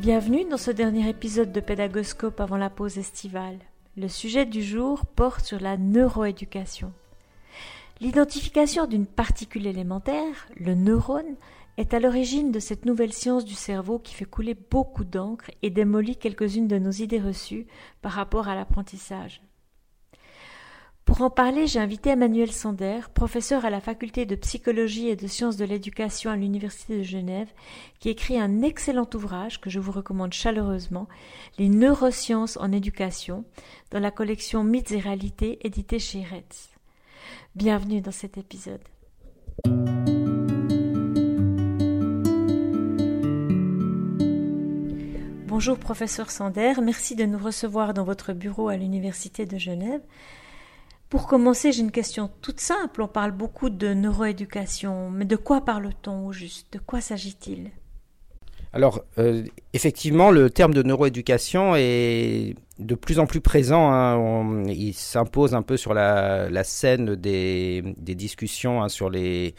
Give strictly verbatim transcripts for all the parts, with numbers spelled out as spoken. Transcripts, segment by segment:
Bienvenue dans ce dernier épisode de Pédagoscope avant la pause estivale. Le sujet du jour porte sur la neuroéducation. L'identification d'une particule élémentaire, le neurone, est à l'origine de cette nouvelle science du cerveau qui fait couler beaucoup d'encre et démolit quelques-unes de nos idées reçues par rapport à l'apprentissage. Pour en parler, j'ai invité Emmanuel Sander, professeur à la faculté de psychologie et de sciences de l'éducation à l'Université de Genève, qui écrit un excellent ouvrage que je vous recommande chaleureusement, Les neurosciences en éducation, dans la collection Mythes et réalités éditée chez Retz. Bienvenue dans cet épisode. Bonjour professeur Sander, merci de nous recevoir dans votre bureau à l'Université de Genève. Pour commencer, j'ai une question toute simple. On parle beaucoup de neuroéducation, mais de quoi parle-t-on au juste? De quoi s'agit-il? Alors, euh, effectivement, le terme de neuroéducation est de plus en plus présent. Hein. On, il s'impose un peu sur la, la scène des, des discussions hein, sur les,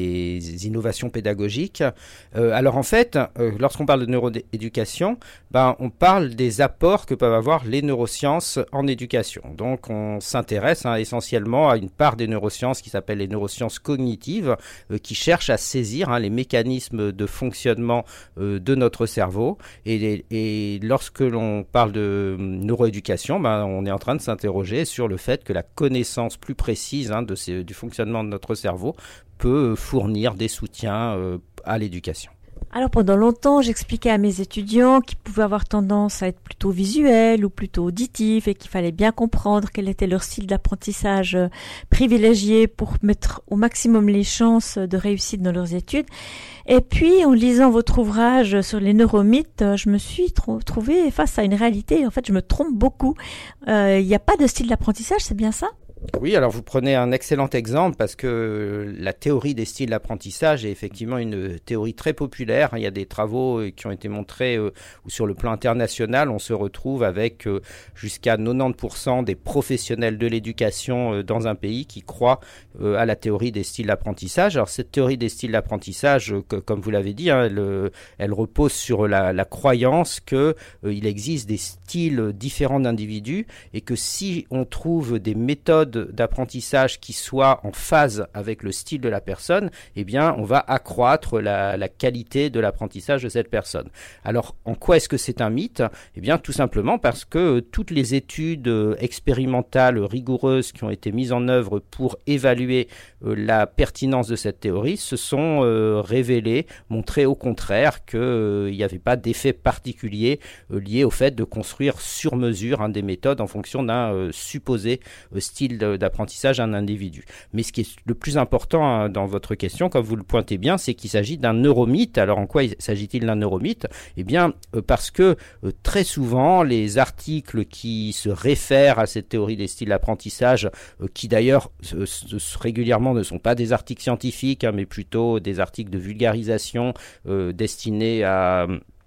les innovations pédagogiques. Euh, alors, en fait, euh, lorsqu'on parle de neuroéducation, ben, on parle des apports que peuvent avoir les neurosciences en éducation. Donc, on s'intéresse hein, essentiellement à une part des neurosciences qui s'appelle les neurosciences cognitives, euh, qui cherchent à saisir hein, les mécanismes de fonctionnement euh, de notre cerveau. Et, et lorsque l'on parle de neuroéducation, ben, on est en train de s'interroger sur le fait que la connaissance plus précise hein, de ces, du fonctionnement de notre cerveau peut fournir des soutiens euh, à l'éducation. Alors pendant longtemps, j'expliquais à mes étudiants qu'ils pouvaient avoir tendance à être plutôt visuels ou plutôt auditifs et qu'il fallait bien comprendre quel était leur style d'apprentissage privilégié pour mettre au maximum les chances de réussite dans leurs études. Et puis, en lisant votre ouvrage sur les neuromythes, je me suis tr- trouvée face à une réalité. En fait, je me trompe beaucoup. Il euh, n'y a pas de style d'apprentissage, c'est bien ça ? Oui, alors vous prenez un excellent exemple parce que la théorie des styles d'apprentissage est effectivement une théorie très populaire. Il y a des travaux qui ont été montrés euh, où sur le plan international, on se retrouve avec euh, jusqu'à quatre-vingt-dix pour cent des professionnels de l'éducation euh, dans un pays qui croient euh, à la théorie des styles d'apprentissage. Alors cette théorie des styles d'apprentissage, euh, que, comme vous l'avez dit, hein, elle, euh, elle repose sur la, la croyance qu'il euh, existe des styles différents d'individus et que si on trouve des méthodes d'apprentissage qui soit en phase avec le style de la personne, eh bien, on va accroître la, la qualité de l'apprentissage de cette personne. Alors, en quoi est-ce que c'est un mythe ? Eh bien, tout simplement parce que euh, toutes les études euh, expérimentales rigoureuses qui ont été mises en œuvre pour évaluer euh, la pertinence de cette théorie se sont euh, révélées, montrées au contraire qu'il euh, n'y avait pas d'effet particulier euh, lié au fait de construire sur mesure hein, des méthodes en fonction d'un euh, supposé euh, style d'apprentissage à un individu. Mais ce qui est le plus important hein, dans votre question, comme vous le pointez bien, c'est qu'il s'agit d'un neuromythe. Alors en quoi s'agit-il d'un neuromythe ? Eh bien, euh, parce que euh, très souvent, les articles qui se réfèrent à cette théorie des styles d'apprentissage, euh, qui d'ailleurs euh, régulièrement ne sont pas des articles scientifiques, hein, mais plutôt des articles de vulgarisation euh, destinés à...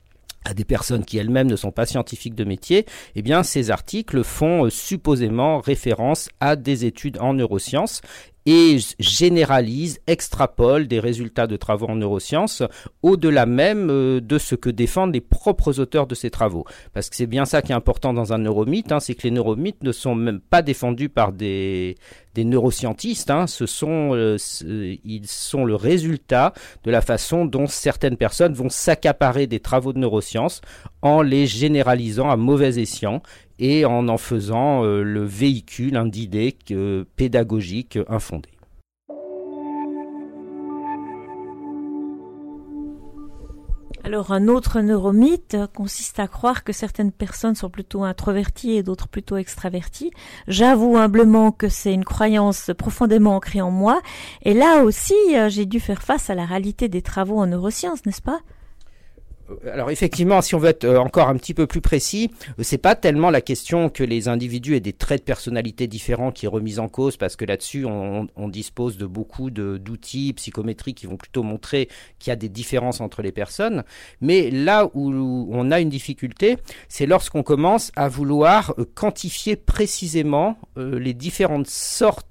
à des personnes qui elles-mêmes ne sont pas scientifiques de métier, eh bien ces articles font euh, supposément référence à des études en neurosciences et généralise, extrapole des résultats de travaux en neurosciences au-delà même euh, de ce que défendent les propres auteurs de ces travaux. Parce que c'est bien ça qui est important dans un neuromythe, hein, c'est que les neuromythes ne sont même pas défendus par des, des neuroscientistes, hein, ce sont, euh, ils sont le résultat de la façon dont certaines personnes vont s'accaparer des travaux de neurosciences en les généralisant à mauvais escient et en en faisant euh, le véhicule hein, d'idées euh, pédagogiques infondées. Alors un autre neuromythe consiste à croire que certaines personnes sont plutôt introverties et d'autres plutôt extraverties. J'avoue humblement que c'est une croyance profondément ancrée en moi. Et là aussi, j'ai dû faire face à la réalité des travaux en neurosciences, n'est-ce pas ? Alors effectivement, si on veut être encore un petit peu plus précis, c'est pas tellement la question que les individus aient des traits de personnalité différents qui est remise en cause, parce que là-dessus on, on dispose de beaucoup de, d'outils psychométriques qui vont plutôt montrer qu'il y a des différences entre les personnes. Mais là où on a une difficulté, c'est lorsqu'on commence à vouloir quantifier précisément les différentes sortes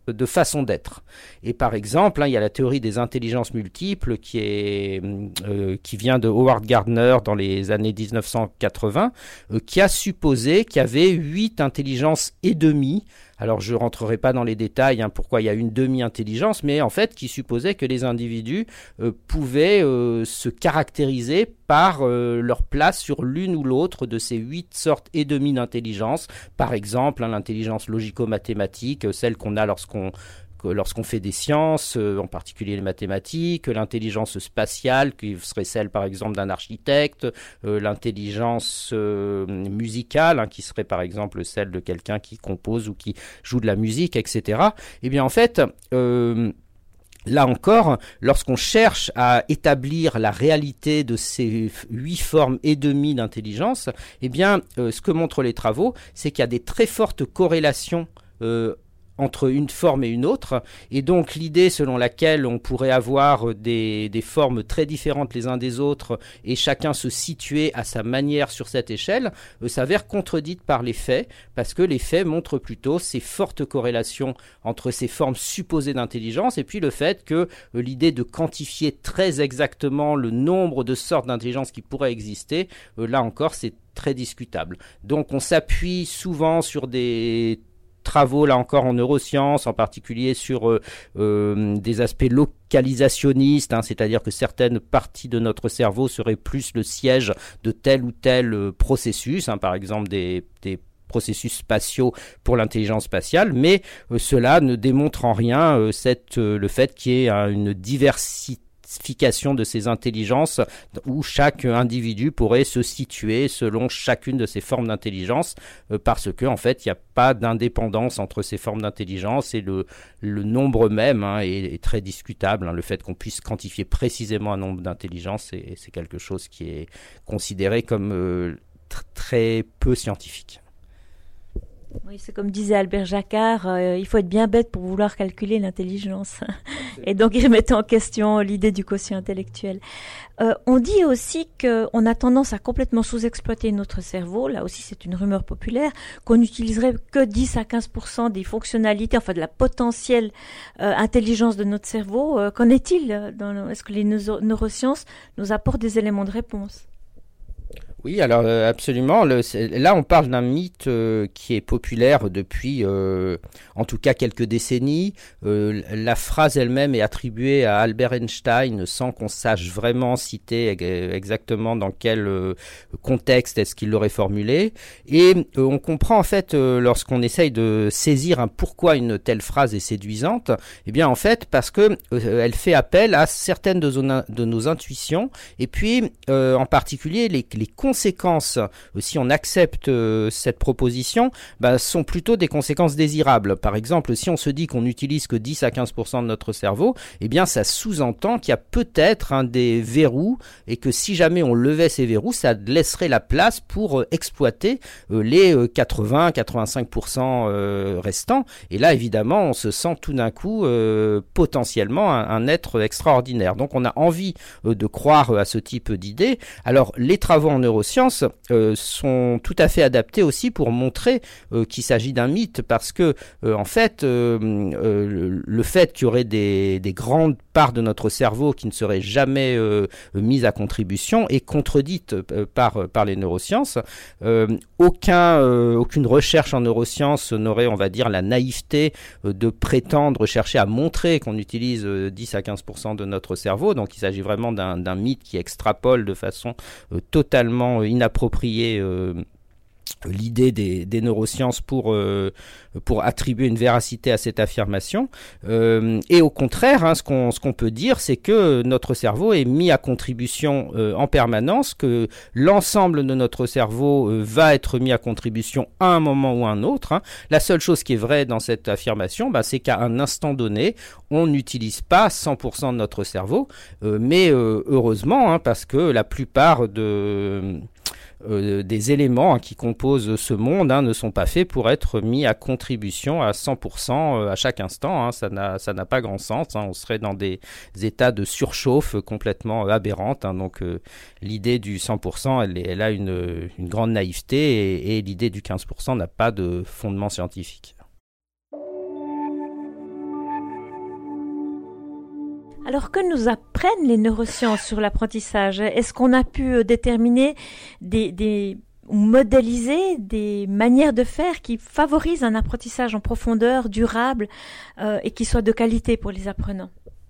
de façon d'être. Et par exemple, hein, il y a la théorie des intelligences multiples qui, est, euh, qui vient de Howard Gardner dans les années dix-neuf cent quatre-vingts, euh, qui a supposé qu'il y avait huit intelligences et demie. Alors je ne rentrerai pas dans les détails hein, pourquoi il y a une demi-intelligence, mais en fait qui supposait que les individus euh, pouvaient euh, se caractériser par euh, leur place sur l'une ou l'autre de ces huit sortes et demie d'intelligence. Par exemple, hein, l'intelligence logico-mathématique, celle qu'on a lorsqu'on lorsqu'on fait des sciences, euh, en particulier les mathématiques, l'intelligence spatiale, qui serait celle par exemple d'un architecte, euh, l'intelligence euh, musicale, hein, qui serait par exemple celle de quelqu'un qui compose ou qui joue de la musique, et cetera. Eh bien en fait, euh, là encore, lorsqu'on cherche à établir la réalité de ces huit formes et demie d'intelligence, eh bien euh, ce que montrent les travaux, c'est qu'il y a des très fortes corrélations euh, entre une forme et une autre, et donc l'idée selon laquelle on pourrait avoir des, des formes très différentes les uns des autres et chacun se situer à sa manière sur cette échelle euh, s'avère contredite par les faits, parce que les faits montrent plutôt ces fortes corrélations entre ces formes supposées d'intelligence et puis le fait que euh, l'idée de quantifier très exactement le nombre de sortes d'intelligence qui pourraient exister, euh, là encore c'est très discutable. Donc on s'appuie souvent sur des travaux là encore en neurosciences, en particulier sur euh, euh, des aspects localisationnistes, hein, c'est-à-dire que certaines parties de notre cerveau seraient plus le siège de tel ou tel euh, processus, hein, par exemple des, des processus spatiaux pour l'intelligence spatiale, mais euh, cela ne démontre en rien euh, cette, euh, le fait qu'il y ait euh, une diversité de ces intelligences où chaque individu pourrait se situer selon chacune de ces formes d'intelligence euh, parce que en fait il n'y a pas d'indépendance entre ces formes d'intelligence et le, le nombre même hein, est, est très discutable. Hein, le fait qu'on puisse quantifier précisément un nombre d'intelligences, c'est, c'est quelque chose qui est considéré comme euh, tr- très peu scientifique. Oui, c'est comme disait Albert Jacquard, euh, il faut être bien bête pour vouloir calculer l'intelligence. Et donc il remettait en question l'idée du quotient intellectuel. Euh, on dit aussi qu'on a tendance à complètement sous-exploiter notre cerveau, là aussi c'est une rumeur populaire, qu'on n'utiliserait que dix à quinze pour cent des fonctionnalités, enfin de la potentielle euh, intelligence de notre cerveau. Euh, qu'en est-il dans, est-ce que les neuro- neurosciences nous apportent des éléments de réponse ? Oui, alors euh, absolument. Le, là, on parle d'un mythe euh, qui est populaire depuis, euh, en tout cas, quelques décennies. Euh, la phrase elle-même est attribuée à Albert Einstein sans qu'on sache vraiment citer exactement dans quel euh, contexte est-ce qu'il l'aurait formulé. Et euh, on comprend en fait, euh, lorsqu'on essaye de saisir un pourquoi une telle phrase est séduisante, eh bien en fait parce que euh, elle fait appel à certaines de, zona, de nos intuitions et puis euh, en particulier les, les conséquences, si on accepte euh, cette proposition, bah, sont plutôt des conséquences désirables. Par exemple, si on se dit qu'on n'utilise que dix à quinze pour cent de notre cerveau, eh bien ça sous-entend qu'il y a peut-être hein, des verrous et que si jamais on levait ces verrous, ça laisserait la place pour euh, exploiter euh, les euh, quatre-vingts à quatre-vingt-cinq pour cent euh, restants. Et là, évidemment, on se sent tout d'un coup euh, potentiellement un, un être extraordinaire. Donc on a envie euh, de croire à ce type d'idée. Alors les travaux en neurosciences euh, sont tout à fait adaptés aussi pour montrer euh, qu'il s'agit d'un mythe parce que euh, en fait euh, euh, le fait qu'il y aurait des, des grandes parts de notre cerveau qui ne seraient jamais euh, mises à contribution est contredite euh, par, par les neurosciences. Euh, aucun, euh, aucune recherche en neurosciences n'aurait, on va dire, la naïveté euh, de prétendre chercher à montrer qu'on utilise euh, dix à quinze pour cent de notre cerveau. Donc il s'agit vraiment d'un, d'un mythe qui extrapole de façon euh, totalement inappropriée euh, l'idée des, des neurosciences pour euh, pour attribuer une véracité à cette affirmation euh, et au contraire hein, ce qu'on ce qu'on peut dire c'est que notre cerveau est mis à contribution euh, en permanence, que l'ensemble de notre cerveau euh, va être mis à contribution à un moment ou à un autre hein. La seule chose qui est vraie dans cette affirmation bah, c'est qu'à un instant donné on n'utilise pas cent pour cent de notre cerveau euh, mais euh, heureusement hein, parce que la plupart de Euh, des éléments hein, qui composent ce monde hein, ne sont pas faits pour être mis à contribution à cent pour cent à chaque instant. Hein. Ça n'a, ça n'a pas grand sens. Hein. On serait dans des états de surchauffe complètement aberrantes. Hein. Donc euh, l'idée du cent pour cent, elle, elle a une, une grande naïveté et, et l'idée du quinze pour cent n'a pas de fondement scientifique. Alors, que nous apprennent les neurosciences sur l'apprentissage? Est-ce qu'on a pu déterminer des, des, ou modéliser des manières de faire qui favorisent un apprentissage en profondeur, durable, euh, et qui soit de qualité pour les apprenants?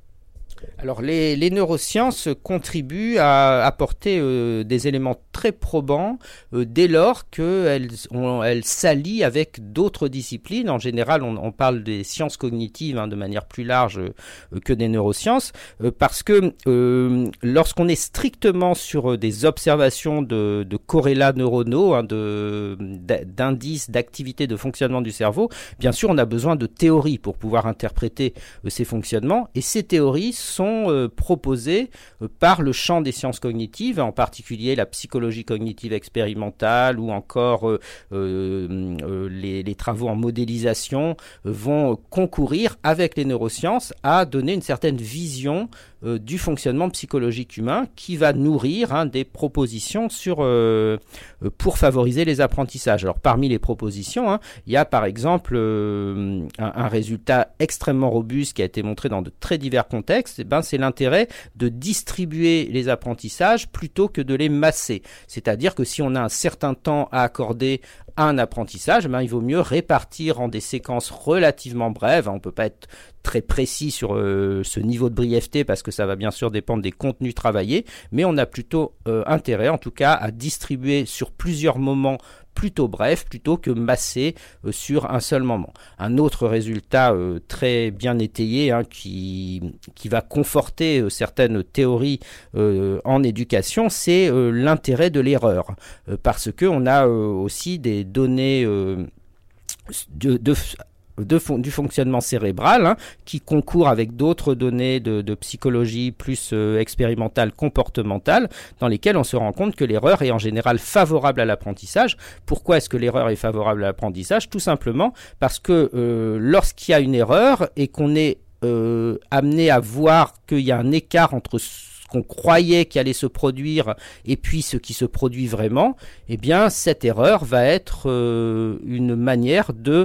Alors les, les neurosciences contribuent à apporter euh, des éléments très probants euh, dès lors qu'elles elles s'allient avec d'autres disciplines. En général, on, on parle des sciences cognitives hein, de manière plus large euh, que des neurosciences, euh, parce que euh, lorsqu'on est strictement sur des observations de, de corrélats neuronaux, hein, de, d'indices d'activité de fonctionnement du cerveau, bien sûr, on a besoin de théories pour pouvoir interpréter euh, ces fonctionnements, et ces théories sont euh, proposées euh, par le champ des sciences cognitives, en particulier la psychologie cognitive expérimentale ou encore euh, euh, euh, les, les travaux en modélisation euh, vont concourir avec les neurosciences à donner une certaine vision euh, du fonctionnement psychologique humain qui va nourrir hein, des propositions sur, euh, pour favoriser les apprentissages. Alors parmi les propositions, hein, il y a par exemple euh, un, un résultat extrêmement robuste qui a été montré dans de très divers contextes. Eh ben, c'est l'intérêt de distribuer les apprentissages plutôt que de les masser. C'est-à-dire que si on a un certain temps à accorder à un apprentissage, ben, il vaut mieux répartir en des séquences relativement brèves. On ne peut pas être très précis sur euh, ce niveau de brièveté parce que ça va bien sûr dépendre des contenus travaillés, mais on a plutôt euh, intérêt en tout cas à distribuer sur plusieurs moments plutôt bref, plutôt que massé euh, sur un seul moment. Un autre résultat euh, très bien étayé hein, qui, qui va conforter euh, certaines théories euh, en éducation, c'est euh, l'intérêt de l'erreur. Euh, parce qu'on a euh, aussi des données euh, de, de De fon- du fonctionnement cérébral hein, qui concourt avec d'autres données de, de psychologie plus euh, expérimentale, comportementale, dans lesquelles on se rend compte que l'erreur est en général favorable à l'apprentissage. Pourquoi est-ce que l'erreur est favorable à l'apprentissage? Tout simplement parce que euh, lorsqu'il y a une erreur et qu'on est euh, amené à voir qu'il y a un écart entre qu'on croyait qu'il allait se produire et puis ce qui se produit vraiment, eh bien cette erreur va être euh, une manière de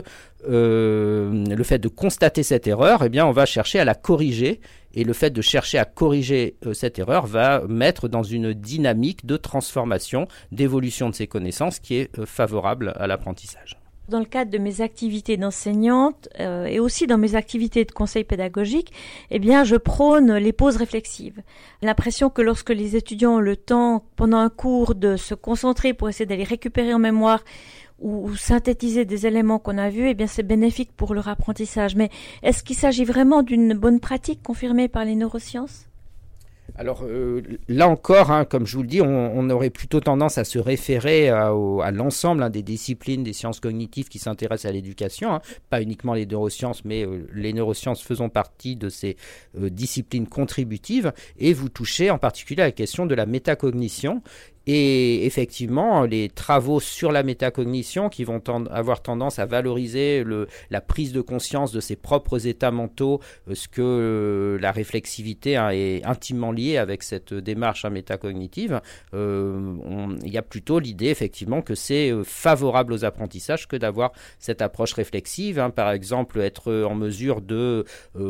euh, le fait de constater cette erreur, eh bien on va chercher à la corriger, et le fait de chercher à corriger euh, cette erreur va mettre dans une dynamique de transformation, d'évolution de ses connaissances qui est euh, favorable à l'apprentissage. Dans le cadre de mes activités d'enseignante euh, et aussi dans mes activités de conseil pédagogique, eh bien, je prône les pauses réflexives. L'impression que lorsque les étudiants ont le temps, pendant un cours, de se concentrer pour essayer d'aller récupérer en mémoire ou, ou synthétiser des éléments qu'on a vus, eh bien, c'est bénéfique pour leur apprentissage. Mais est-ce qu'il s'agit vraiment d'une bonne pratique confirmée par les neurosciences ? Alors euh, là encore, hein, comme je vous le dis, on, on aurait plutôt tendance à se référer à, au, à l'ensemble hein, des disciplines des sciences cognitives qui s'intéressent à l'éducation, hein, pas uniquement les neurosciences, mais euh, les neurosciences faisant partie de ces euh, disciplines contributives, et vous touchez en particulier à la question de la métacognition. Et effectivement, les travaux sur la métacognition qui vont tend- avoir tendance à valoriser le, la prise de conscience de ses propres états mentaux, euh, ce que euh, la réflexivité hein, est intimement liée avec cette démarche hein, métacognitive, euh, on, il y a plutôt l'idée effectivement que c'est euh, favorable aux apprentissages que d'avoir cette approche réflexive. Hein, par exemple, être en mesure de,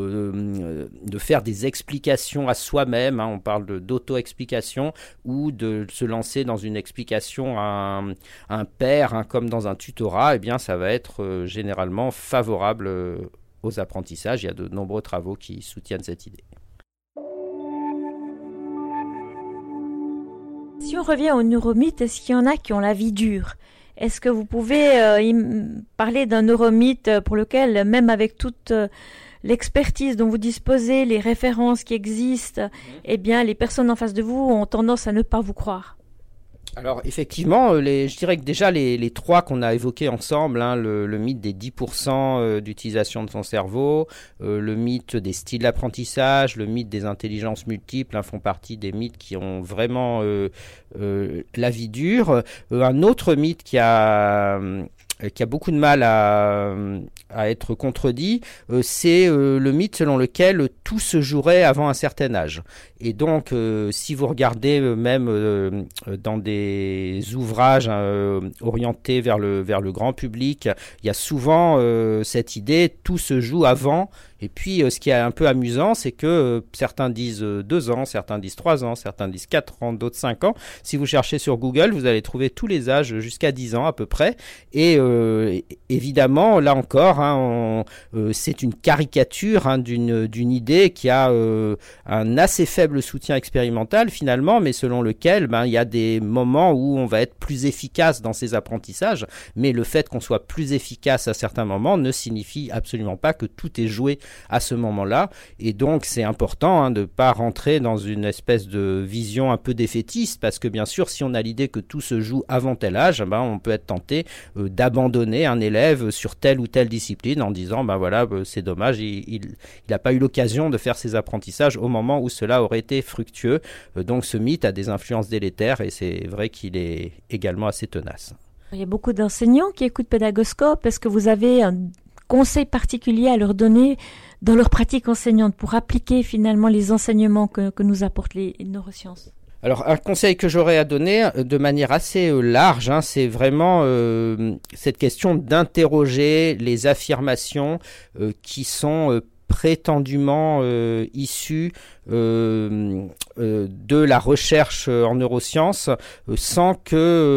euh, de faire des explications à soi-même, hein, on parle de, d'auto-explication, ou de se lancer dans une explication à un, à un père, hein, comme dans un tutorat, eh bien, ça va être euh, généralement favorable euh, aux apprentissages. Il y a de nombreux travaux qui soutiennent cette idée. Si on revient aux neuromythes, est-ce qu'il y en a qui ont la vie dure ? Est-ce que vous pouvez euh, im- parler d'un neuromythe pour lequel, même avec toute euh, l'expertise dont vous disposez, les références qui existent, mmh. eh bien, les personnes en face de vous ont tendance à ne pas vous croire ? Alors effectivement, les, je dirais que déjà les, les trois qu'on a évoqués ensemble, hein, le, le mythe des dix pour cent d'utilisation de son cerveau, euh, le mythe des styles d'apprentissage, le mythe des intelligences multiples, hein, font partie des mythes qui ont vraiment euh, euh, la vie dure. Euh, un autre mythe qui a qui a beaucoup de mal à, à être contredit, euh, c'est euh, le mythe selon lequel tout se jouerait avant un certain âge. Et donc, euh, si vous regardez euh, même euh, dans des ouvrages euh, orientés vers le, vers le grand public, il y a souvent euh, cette idée, tout se joue avant. Et puis, euh, ce qui est un peu amusant, c'est que euh, certains disent euh, deux ans, certains disent trois ans, certains disent quatre ans, d'autres cinq ans. Si vous cherchez sur Google, vous allez trouver tous les âges jusqu'à dix ans à peu près. Et euh, évidemment, là encore, hein, on, euh, c'est une caricature hein, d'une, d'une idée qui a euh, un assez faible soutien expérimental finalement, mais selon lequel ben, il y a des moments où on va être plus efficace dans ses apprentissages. Mais le fait qu'on soit plus efficace à certains moments ne signifie absolument pas que tout est joué à ce moment-là, et donc c'est important hein, de ne pas rentrer dans une espèce de vision un peu défaitiste, parce que bien sûr si on a l'idée que tout se joue avant tel âge, ben, on peut être tenté euh, d'abandonner un élève sur telle ou telle discipline en disant ben voilà ben, c'est dommage, il n'a pas eu l'occasion de faire ses apprentissages au moment où cela aurait été fructueux. Euh, donc ce mythe a des influences délétères et c'est vrai qu'il est également assez tenace. Il y a beaucoup d'enseignants qui écoutent Pédagoscope. Est-ce que vous avez un conseil particulier à leur donner dans leur pratique enseignante pour appliquer finalement les enseignements que, que nous apportent les neurosciences ? Alors un conseil que j'aurais à donner de manière assez euh, large, hein, c'est vraiment euh, cette question d'interroger les affirmations euh, qui sont euh, prétendument euh, issues euh, euh, de la recherche en neurosciences euh, sans que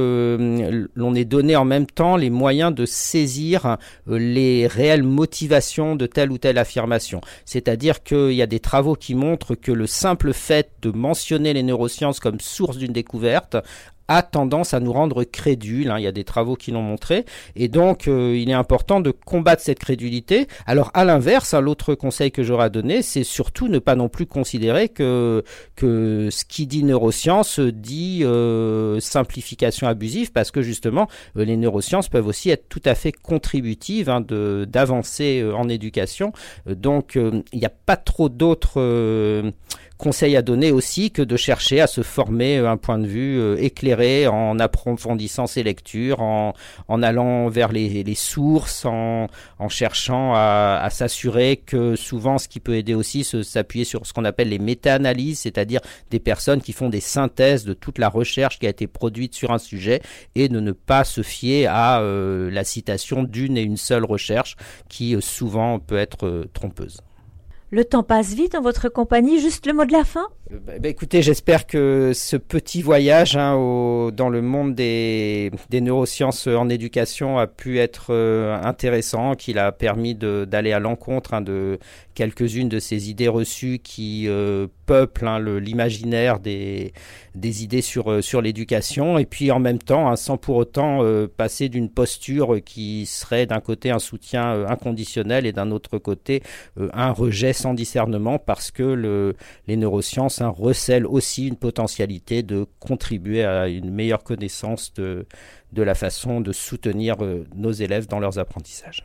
euh, l'on ait donné en même temps les moyens de saisir euh, les réelles motivations de telle ou telle affirmation. C'est-à-dire qu'il y a des travaux qui montrent que le simple fait de mentionner les neurosciences comme source d'une découverte a tendance à nous rendre crédules, hein. Il y a des travaux qui l'ont montré, et donc euh, il est important de combattre cette crédulité. Alors à l'inverse, hein, l'autre conseil que j'aurais à donner, c'est surtout ne pas non plus considérer que, que ce qui dit neurosciences dit euh, simplification abusive, parce que justement euh, les neurosciences peuvent aussi être tout à fait contributives hein, de, d'avancer euh, en éducation. Euh, donc euh, il n'y a pas trop d'autres euh, conseil à donner aussi que de chercher à se former un point de vue euh, éclairé en approfondissant ses lectures, en, en allant vers les, les sources, en, en cherchant à, à s'assurer que souvent ce qui peut aider aussi c'est s'appuyer sur ce qu'on appelle les méta-analyses, c'est-à-dire des personnes qui font des synthèses de toute la recherche qui a été produite sur un sujet et de ne pas se fier à euh, la citation d'une et une seule recherche qui euh, souvent peut être euh, trompeuse. Le temps passe vite en votre compagnie. Juste le mot de la fin ? Euh, bah, bah, écoutez, j'espère que ce petit voyage hein, au, dans le monde des, des neurosciences en éducation a pu être euh, intéressant, qu'il a permis de, d'aller à l'encontre hein, de quelques-unes de ces idées reçues qui euh, peuplent hein, le, l'imaginaire des, des idées sur, sur l'éducation, et puis en même temps, hein, sans pour autant euh, passer d'une posture qui serait d'un côté un soutien euh, inconditionnel et d'un autre côté euh, un rejet sans discernement, parce que le, les neurosciences hein, recèlent aussi une potentialité de contribuer à une meilleure connaissance de, de la façon de soutenir euh, nos élèves dans leurs apprentissages.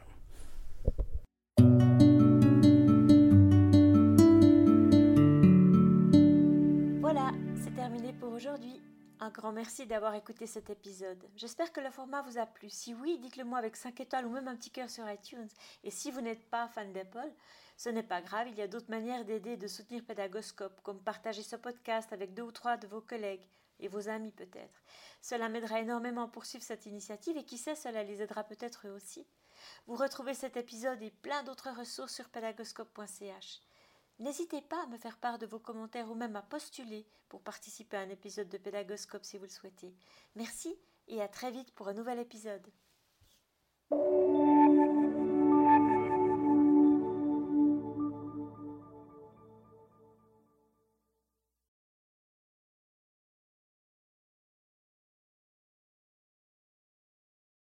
Voilà, c'est terminé pour aujourd'hui. Un grand merci d'avoir écouté cet épisode. J'espère que le format vous a plu. Si oui, dites-le moi avec cinq étoiles ou même un petit cœur sur iTunes. Et si vous n'êtes pas fan d'Apple, ce n'est pas grave, il y a d'autres manières d'aider et de soutenir Pédagoscope, comme partager ce podcast avec deux ou trois de vos collègues et vos amis peut-être. Cela m'aidera énormément à poursuivre cette initiative et qui sait, cela les aidera peut-être eux aussi. Vous retrouvez cet épisode et plein d'autres ressources sur pédagoscope point c h. N'hésitez pas à me faire part de vos commentaires ou même à postuler pour participer à un épisode de Pédagoscope si vous le souhaitez. Merci et à très vite pour un nouvel épisode.